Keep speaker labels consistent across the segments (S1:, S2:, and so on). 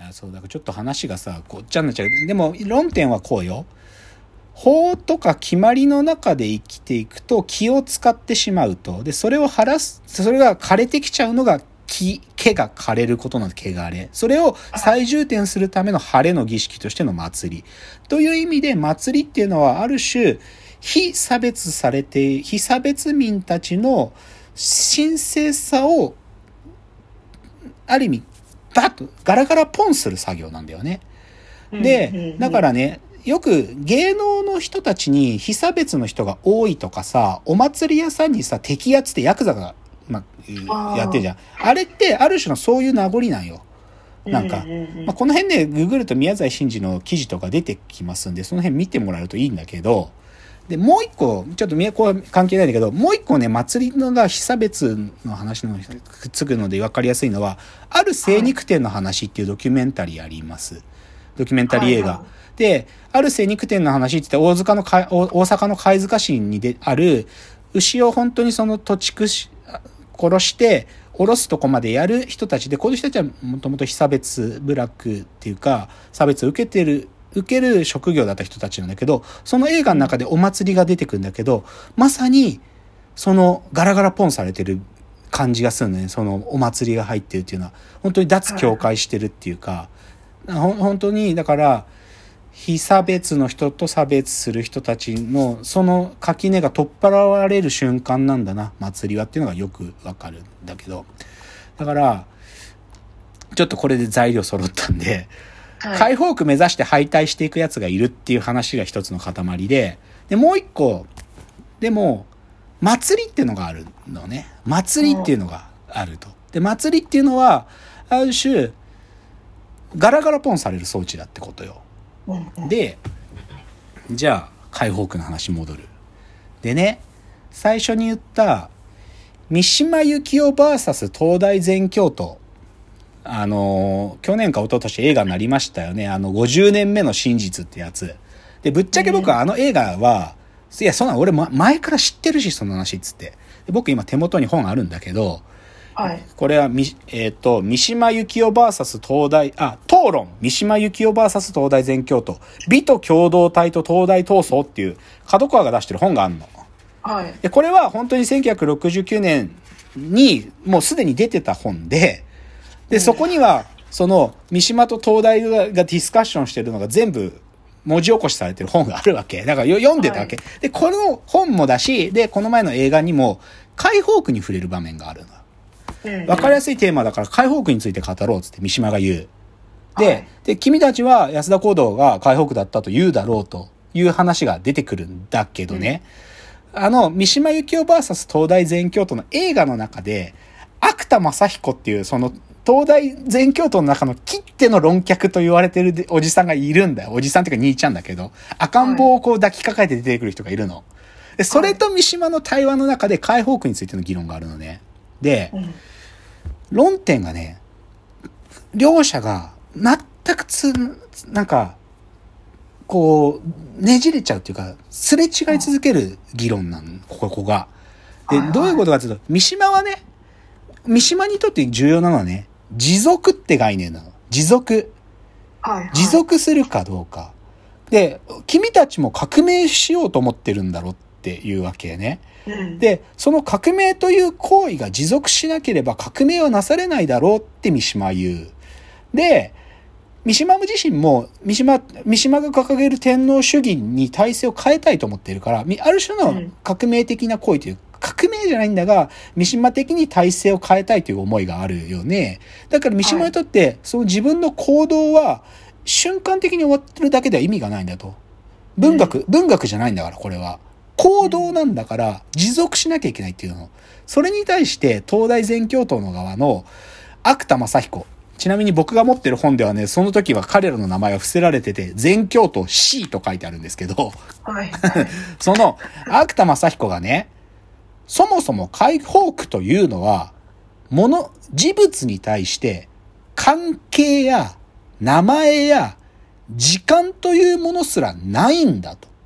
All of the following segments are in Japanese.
S1: そうだからちょっと話がさごっちゃになっちゃう。でも論点はこうよ。法とか決まりの中で生きていくと気を使ってしまうと。で、それを晴らす、それが枯れてきちゃうのが毛が枯れることなんで、毛がれ。それを最重点するための晴れの儀式としての祭り。という意味で祭りっていうのはある種、非差別民たちの神聖さを、ある意味、バッとガラガラポンする作業なんだよね。で、だからね、よく芸能の人たちに非差別の人が多いとかさ、お祭り屋さんにさ、敵やつってヤクザが、やってるじゃん。あれってある種のそういう名残なんよ。なんか、この辺でググると宮台真司の記事とか出てきますんで、その辺見てもらうといいんだけど、で、もう一個、ちょっと都は関係ないんだけど、もう一個ね、祭りのが非差別の話のくっつくので分かりやすいのは、ある精肉店の話っていうドキュメンタリーあります。ドキュメンタリー映画。で、ある精肉店の話って言って大阪の貝塚市にある牛を本当にその殺しておろすとこまでやる人たちで、この人たちはもともと非差別部落っていうか差別を受ける職業だった人たちなんだけど、その映画の中でお祭りが出てくるんだけど、まさにそのガラガラポンされてる感じがするのね。そのお祭りが入ってるっていうのは本当に脱境界してるっていうか、本当にだから非差別の人と差別する人たちのその垣根が取っ払われる瞬間なんだな、祭りはっていうのがよくわかるんだけど、だからちょっとこれで材料揃ったんで、解放区目指して敗退していくやつがいるっていう話が一つの塊で、もう一個でも祭りっていうのがあるのね。祭りっていうのがあると。で、祭りっていうのはある種ガラガラポンされる装置だってことよ。で、じゃあ解放区の話戻る。でね、最初に言った三島由紀夫 VS 東大全教徒、去年か一昨年映画になりましたよね。50年目の真実ってやつで、ぶっちゃけ僕はあの映画は、いや、そんな俺前から知ってるし、その話っつって。で、僕今手元に本あるんだけど、これは三島由紀夫 VS 東大、討論三島由紀夫 VS 東大全教徒美と共同体と東大闘争っていう角川が出してる本があるの。で、これは本当に1969年にもうすでに出てた本で、そこにはその三島と東大がディスカッションしてるのが全部文字起こしされてる本があるわけ。だから読んでたわけ。で、この本もだし、で、この前の映画にも解放区に触れる場面があるの。わかりやすいテーマだから解放区について語ろうっつって三島が言う。で、君たちは安田講堂が解放区だったと言うだろうという話が出てくるんだけどね。三島由紀夫 VS 東大全教徒の映画の中で、芥田正彦っていうその東大全教徒の中の切手の論客と言われてるおじさんがいるんだよ。おじさんっていうか兄ちゃんだけど、赤ん坊をこう抱きかかえて出てくる人がいるの。で、それと三島の対話の中で解放区についての議論があるのね。で、論点がね、両者が全くなんか、こう、ねじれちゃうっていうか、すれ違い続ける議論なの、ここが。で、どういうことかっていうと、三島にとって重要なのはね、持続って概念なの。持続。持続するかどうか。で、君たちも革命しようと思ってるんだろっていうわけね。で、その革命という行為が持続しなければ革命はなされないだろうって三島は言う。で、三島自身も、三島が掲げる天皇主義に体制を変えたいと思っているから、ある種の革命的な行為という、革命じゃないんだが、三島的に体制を変えたいという思いがあるよね。だから三島にとって、その自分の行動は瞬間的に終わってるだけでは意味がないんだと。文学じゃないんだから、これは。行動なんだから持続しなきゃいけないっていうの。それに対して東大全教頭の側の芥田正彦。ちなみに僕が持ってる本ではね、その時は彼らの名前が伏せられてて、全教頭 C と書いてあるんですけど、その芥田正彦がね、そもそも解放区というのは、事物に対して関係や名前や時間というものすらないんだと。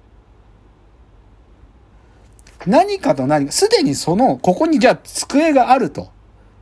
S1: 何かと何か、すでにここにじゃあ机があると。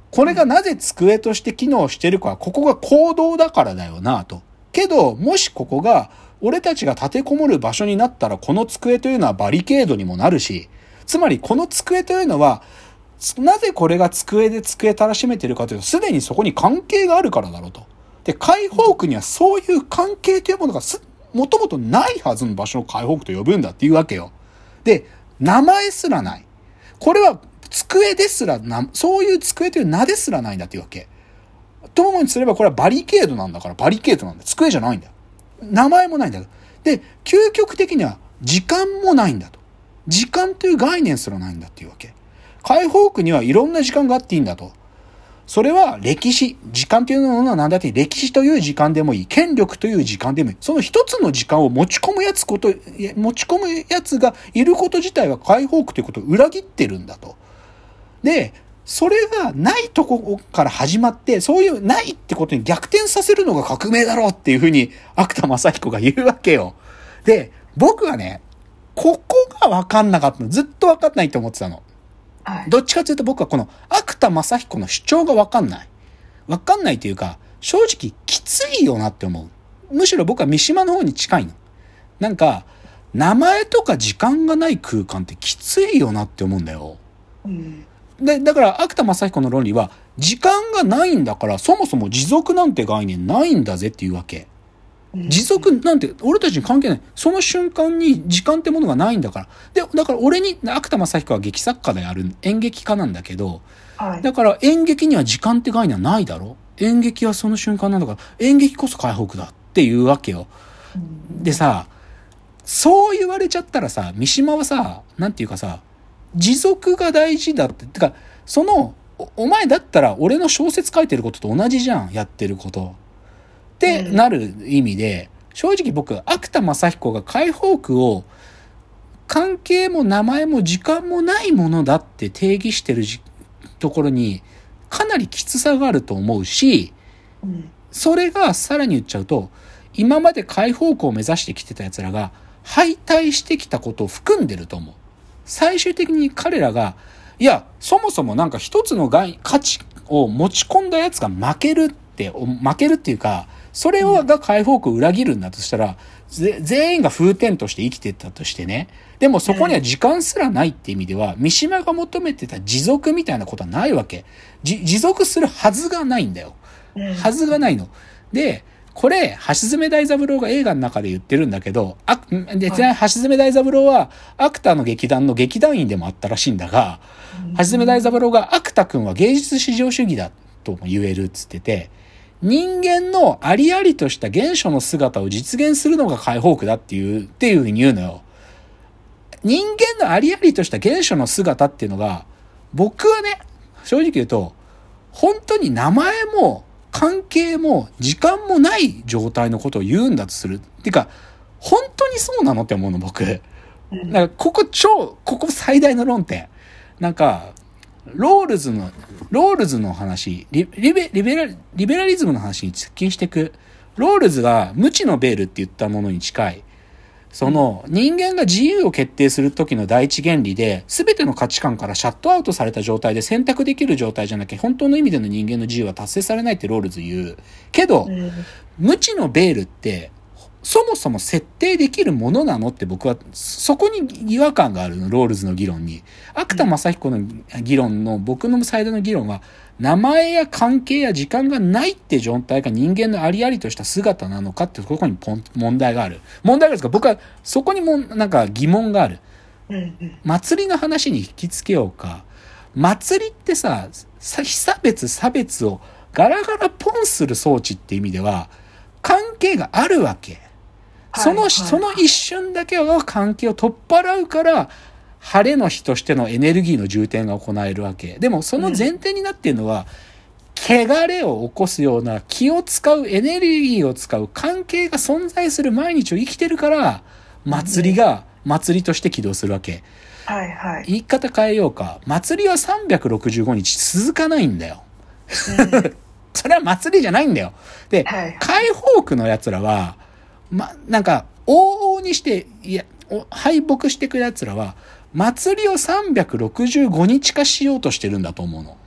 S1: これがなぜ机として機能してるかは、ここが行動だからだよなと。けど、もしここが俺たちが立てこもる場所になったら、この机というのはバリケードにもなるし、つまりこの机というのは、なぜこれが机で机たらしめてるかというと、すでにそこに関係があるからだろうと。で、解放区にはそういう関係というものがもともとないはずの場所を解放区と呼ぶんだっていうわけよ。で、名前すらない。これは机ですらそういう机という名ですらないんだっていうわけ。ともにすればこれはバリケードなんだから、バリケードなんだ。机じゃないんだよ。名前もないんだよ。で、究極的には時間もないんだと。時間という概念すらないんだっていうわけ。解放区にはいろんな時間があっていいんだと。それは歴史、時間というのは何だって、歴史という時間でもいい、権力という時間でもいい。その一つの時間を持ち込むやつがいること自体は解放区ということを裏切ってるんだと。で、それがないとこから始まって、そういうないってことに逆転させるのが革命だろうっていうふうに、芥田正彦が言うわけよ。で、僕はね、ここが分かんなかったの。ずっと分かんないと思ってたの。どっちかというと僕はこの芥田正彦の主張が分かんない。分かんないというか、正直きついよなって思う。むしろ僕は三島の方に近いの。なんか、名前とか時間がない空間ってきついよなって思うんだよ。だから芥田正彦の論理は、時間がないんだからそもそも持続なんて概念ないんだぜっていうわけ。持続なんて俺たちに関係ない。その瞬間に時間ってものがないんだから。で、だから俺に、芥田正彦は劇作家である演劇家なんだけど、だから演劇には時間って概念はないだろ。演劇はその瞬間なんだから、演劇こそ解放区だっていうわけよ。でさ、そう言われちゃったらさ、三島はさ、なんていうかさ、持続が大事だって。てか、お前だったら俺の小説書いてることと同じじゃん、やってること。ってなる意味で、正直僕、芥田正彦が解放区を関係も名前も時間もないものだって定義してるところにかなりきつさがあると思うし、それがさらに言っちゃうと、今まで解放区を目指してきてた奴らが敗退してきたことを含んでると思う。最終的に彼らが、いや、そもそもなんか一つの価値を持ち込んだ奴が負けるっていうか、それが解放区を裏切るんだとしたら、全員が風天として生きてたとしてね。でもそこには時間すらないって意味では、三島が求めてた持続みたいなことはないわけ。持続するはずがないんだよ。はずがないの。で、これ、橋爪大三郎が映画の中で言ってるんだけど、橋爪大三郎は、芥田の劇団の劇団員でもあったらしいんだが、橋爪大三郎が芥田くんは芸術至上主義だとも言えるっつってて、人間のありありとした原初の姿を実現するのが解放区だっていうふうに言うのよ。人間のありありとした原初の姿っていうのが、僕はね、正直言うと、本当に名前も関係も時間もない状態のことを言うんだとする。っていうか、本当にそうなのって思うの、僕。だからここ最大の論点。なんか、ロールズの話、リベラリズムの話に接近していく。ロールズが無知のベールって言ったものに近い。人間が自由を決定する時の第一原理で、全ての価値観からシャットアウトされた状態で選択できる状態じゃなきゃ、本当の意味での人間の自由は達成されないってロールズ言う。けど、無知のベールって、そもそも設定できるものなのって僕は、そこに違和感があるの、ロールズの議論に。芥田正彦の議論の、僕の最大の議論は、名前や関係や時間がないって状態が人間のありありとした姿なのかってところに問題がある。問題があるんですか？僕はそこにもなんか疑問がある。祭りの話に引きつけようか。祭りってさ、被差別差別をガラガラポンする装置って意味では、関係があるわけ。その一瞬だけは関係を取っ払うから、晴れの日としてのエネルギーの充填が行えるわけ。でもその前提になっているのは、汚れを起こすような気を使う、エネルギーを使う関係が存在する毎日を生きてるから、祭りとして起動するわけ。言い方変えようか。祭りは365日続かないんだよ。それは祭りじゃないんだよ。で、解放区の奴らは、なんか、往々にして、敗北してくる奴らは、祭りを365日化しようとしてるんだと思うの。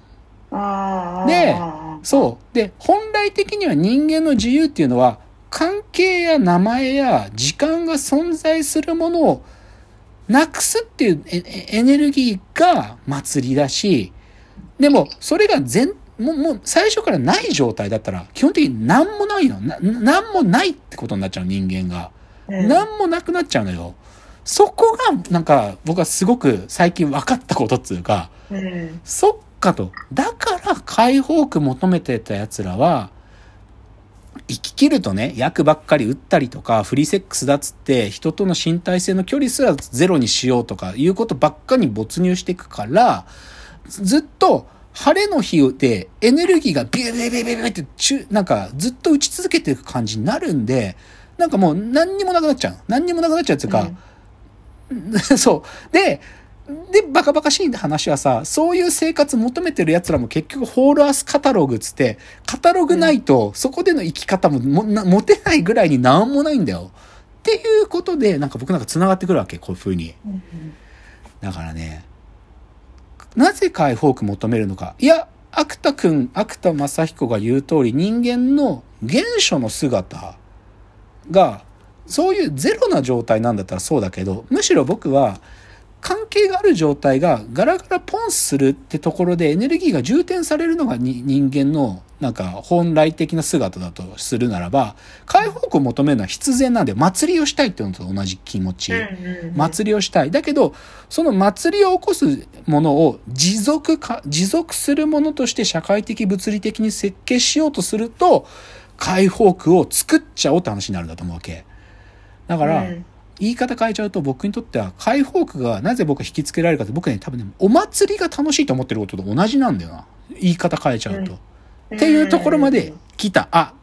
S1: で、そう。で、本来的には人間の自由っていうのは、関係や名前や時間が存在するものをなくすっていうエネルギーが祭りだし、でも、それがもう最初からない状態だったら、基本的に何もないの。何もないってことになっちゃう、人間が。何もなくなっちゃうのよ。そこが、なんか、僕はすごく最近分かったことっていうか、そっかと。だから解放区求めてた奴らは、生き切るとね、薬ばっかり打ったりとか、フリーセックスだっつって、人との身体性の距離すらゼロにしようとか、いうことばっかに没入していくから、ずっと、晴れの日でエネルギーがビュービュービュービューってなんかずっと打ち続けていく感じになるんで、なんかもう何にもなくなっちゃう。何にもなくなっちゃうっていうか、そう。で、バカバカしい話はさ、そういう生活求めてる奴らも結局ホールアースカタログつって、カタログないとそこでの生き方も持てないぐらいになんもないんだよ。っていうことで、なんか僕なんか繋がってくるわけ、こういう風に。だからね、なぜ解放区求めるのか。いや、芥田正彦が言う通り、人間の原初の姿が、そういうゼロな状態なんだったらそうだけど、むしろ僕は、関係がある状態がガラガラポンするってところでエネルギーが充填されるのが人間のなんか本来的な姿だとするならば、解放区を求めるのは必然なんで、祭りをしたいっていうのと同じ気持ち。祭りをしたい。だけど、その祭りを起こすものを持続するものとして社会的物理的に設計しようとすると、解放区を作っちゃおうって話になるんだと思うわけ。だから、言い方変えちゃうと僕にとっては解放区がなぜ僕は引きつけられるかって僕ね多分ねお祭りが楽しいと思ってることと同じなんだよな。言い方変えちゃうと。っていうところまで来た。あ、